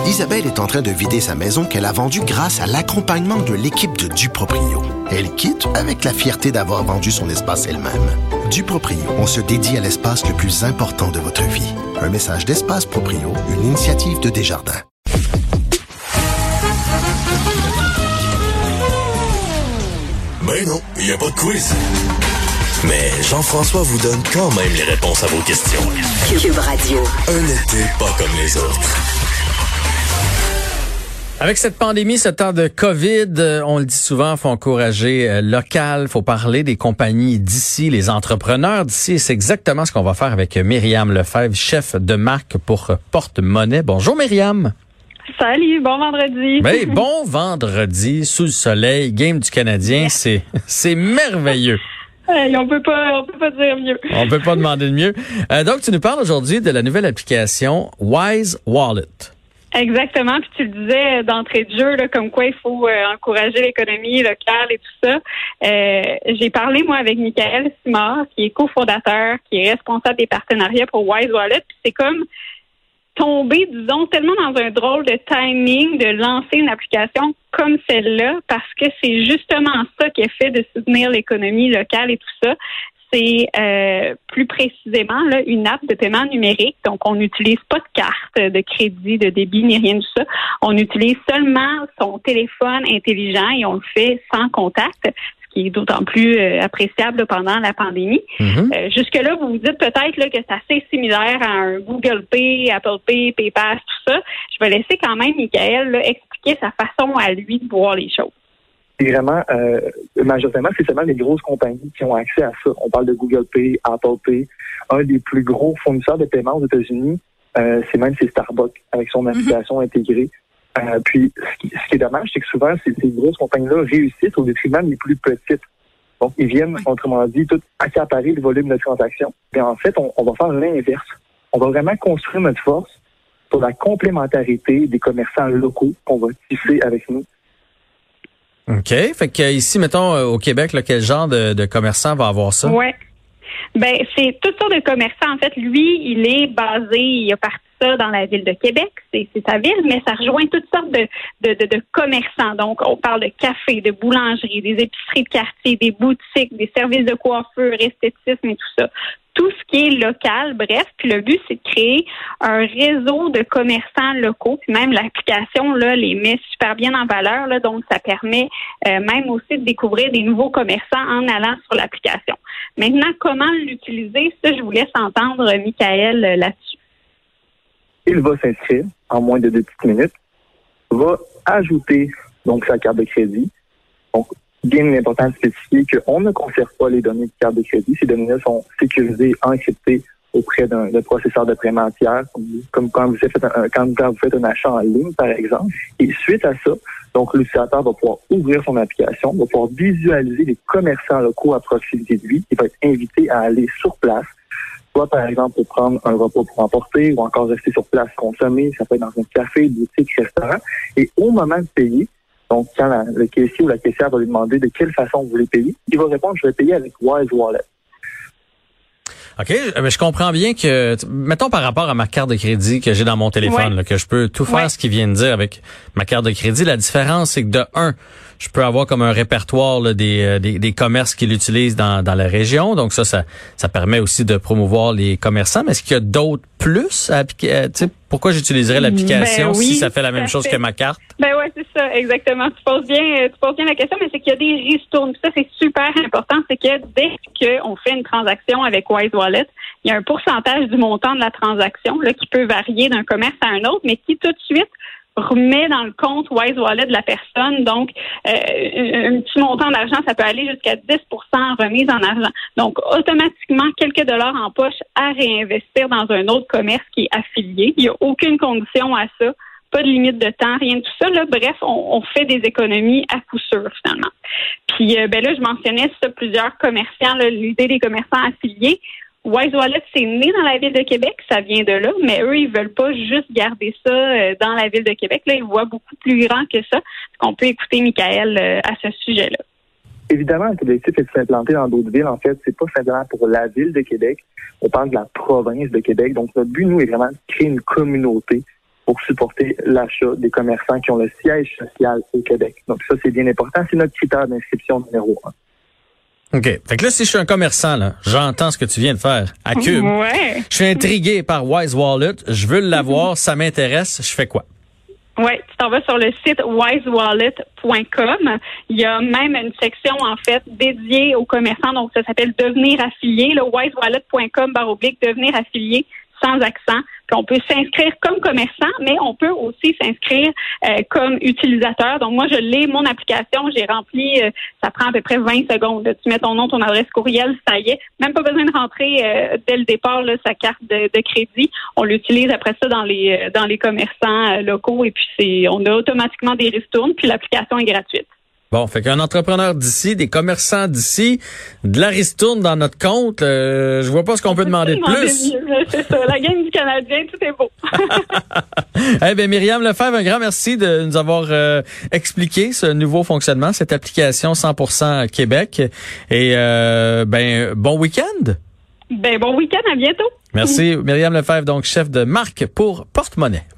Isabelle est en train de vider sa maison qu'elle a vendue grâce à l'accompagnement de l'équipe de Duproprio. Elle quitte avec la fierté d'avoir vendu son espace elle-même. Duproprio, on se dédie à l'espace le plus important de votre vie. Un message d'Espace Proprio, une initiative de Desjardins. Ben non, il n'y a pas de quiz. Mais Jean-François vous donne quand même les réponses à vos questions. Cube Radio. Un été pas comme les autres. Avec cette pandémie, ce temps de COVID, on le dit souvent, faut encourager local, faut parler des compagnies d'ici, les entrepreneurs d'ici. Et c'est exactement ce qu'on va faire avec Myriam Lefebvre, chef de marque pour Porte-Monnaie. Bonjour Myriam. Salut, bon vendredi. Ben, bon vendredi, sous le soleil, game du Canadien, c'est merveilleux. Hey, on peut pas dire mieux. On peut pas demander de mieux. Donc, tu nous parles aujourd'hui de la nouvelle application Wise Wallet. Exactement, puis tu le disais d'entrée de jeu, là, comme quoi il faut encourager l'économie locale et tout ça. J'ai parlé, moi, avec Michael Simard, qui est cofondateur, qui est responsable des partenariats pour Wise Wallet, puis c'est comme tomber, disons, tellement dans un drôle de timing de lancer une application comme celle-là, parce que c'est justement ça qui est fait de soutenir l'économie locale et tout ça. C'est plus précisément là, une app de paiement numérique. Donc, on n'utilise pas de carte de crédit, de débit, ni rien de ça. On utilise seulement son téléphone intelligent et on le fait sans contact, ce qui est d'autant plus appréciable là, pendant la pandémie. Mm-hmm. Jusque-là, vous vous dites peut-être là, que c'est assez similaire à un Google Pay, Apple Pay, PayPass, tout ça. Je vais laisser quand même Michael là, expliquer sa façon à lui de voir les choses. C'est vraiment, majoritairement, c'est seulement les grosses compagnies qui ont accès à ça. On parle de Google Pay, Apple Pay. Un des plus gros fournisseurs de paiement aux États-Unis, c'est Starbucks, avec son application intégrée. Puis, ce qui est dommage, c'est que souvent, ces grosses compagnies-là réussissent au détriment des plus petites. Donc, ils viennent, autrement dit, tout accaparer le volume de transactions. Et en fait, on va faire l'inverse. On va vraiment construire notre force sur la complémentarité des commerçants locaux qu'on va tisser avec nous. OK. Fait que ici, mettons, au Québec, là, quel genre de commerçant va avoir ça? Ouais. Ben, c'est toutes sortes de commerçants. En fait, lui, il est basé, il a parti ça dans la ville de Québec, c'est sa ville, mais ça rejoint toutes sortes de commerçants. Donc, on parle de café, de boulangerie, des épiceries de quartier, des boutiques, des services de coiffure, esthétisme et tout ça. Tout ce qui est local, bref. Puis le but, c'est de créer un réseau de commerçants locaux. Puis même l'application, là, les met super bien en valeur. Là, donc, ça permet même aussi de découvrir des nouveaux commerçants en allant sur l'application. Maintenant, comment l'utiliser? Ça, je vous laisse entendre Michael là-dessus. Il va s'inscrire en moins de 2 petites minutes, va ajouter donc sa carte de crédit. Donc, bien important de spécifier qu'on ne conserve pas les données de carte de crédit. Ces données-là sont sécurisées, encryptées auprès d'un processeur de paiement tiers, comme quand vous faites un achat en ligne, par exemple. Et suite à ça, donc l'utilisateur va pouvoir ouvrir son application, va pouvoir visualiser les commerçants locaux à proximité de lui. Il va être invité à aller sur place, soit par exemple pour prendre un repas pour emporter ou encore rester sur place consommer. Ça peut être dans un café, boutique, restaurant. Et au moment de payer, donc, quand le caissier ou la caissière va lui demander de quelle façon vous voulez payer, il va répondre, je vais payer avec Wise Wallet. OK, mais je comprends bien que, mettons par rapport à ma carte de crédit que j'ai dans mon téléphone, là, que je peux tout faire ce qu'il vient de dire avec ma carte de crédit. La différence, c'est que de un, je peux avoir comme un répertoire là, des commerces qui l'utilisent dans la région. Donc ça permet aussi de promouvoir les commerçants. Mais est-ce qu'il y a d'autres plus à appliquer? Pourquoi j'utiliserais l'application si ça fait la même chose que ma carte? Ben ouais, c'est ça, exactement. Tu poses bien la question, mais c'est qu'il y a des ristournes. Ça, c'est super important. C'est que dès qu'on fait une transaction avec Wise Wallet, il y a un pourcentage du montant de la transaction là, qui peut varier d'un commerce à un autre, mais qui tout de suite remet dans le compte Wise Wallet de la personne. Donc, un petit montant d'argent, ça peut aller jusqu'à 10% en remise en argent. Donc, automatiquement, quelques dollars en poche à réinvestir dans un autre commerce qui est affilié. Il n'y a aucune condition à ça. Pas de limite de temps, rien de tout ça. Là. Bref, on fait des économies à coup sûr, finalement. Puis, là, je mentionnais ça, plusieurs commerçants, là, l'idée des commerçants affiliés. Wise Wallet, c'est né dans la ville de Québec, ça vient de là, mais eux, ils veulent pas juste garder ça dans la ville de Québec. Là, ils voient beaucoup plus grand que ça. Est-ce qu'on peut écouter Michael à ce sujet-là? Évidemment, l'objectif est de s'implanter dans d'autres villes. En fait, c'est pas simplement pour la ville de Québec. On parle de la province de Québec. Donc, notre but, nous, est vraiment de créer une communauté pour supporter l'achat des commerçants qui ont le siège social au Québec. Donc ça, c'est bien important. C'est notre critère d'inscription numéro 1. OK. Fait que là, si je suis un commerçant, là, j'entends ce que tu viens de faire à Cube. Ouais. Je suis intrigué par Wise Wallet. Je veux l'avoir. Ça m'intéresse. Je fais quoi? Oui, tu t'en vas sur le site wisewallet.com. Il y a même une section, en fait, dédiée aux commerçants. Donc, ça s'appelle Devenir affilié. wisewallet.com/devenir affilié sans accent. Puis on peut s'inscrire comme commerçant, mais on peut aussi s'inscrire comme utilisateur. Donc, moi, je l'ai, mon application, j'ai rempli, ça prend à peu près 20 secondes. Là. Tu mets ton nom, ton adresse courriel, ça y est. Même pas besoin de rentrer dès le départ là, sa carte de crédit. On l'utilise après ça dans les commerçants locaux et puis on a automatiquement des ristournes, puis l'application est gratuite. Bon, fait qu'un entrepreneur d'ici, des commerçants d'ici, de la ristourne dans notre compte, je vois pas ce qu'on peut demander de plus. C'est ça, la game du Canadien, tout est beau. Eh bien, Myriam Lefebvre, un grand merci de nous avoir expliqué ce nouveau fonctionnement, cette application 100% Québec. Et bon week-end. Bon week-end, à bientôt. Merci, Myriam Lefebvre, donc chef de marque pour Porte-Monnaie.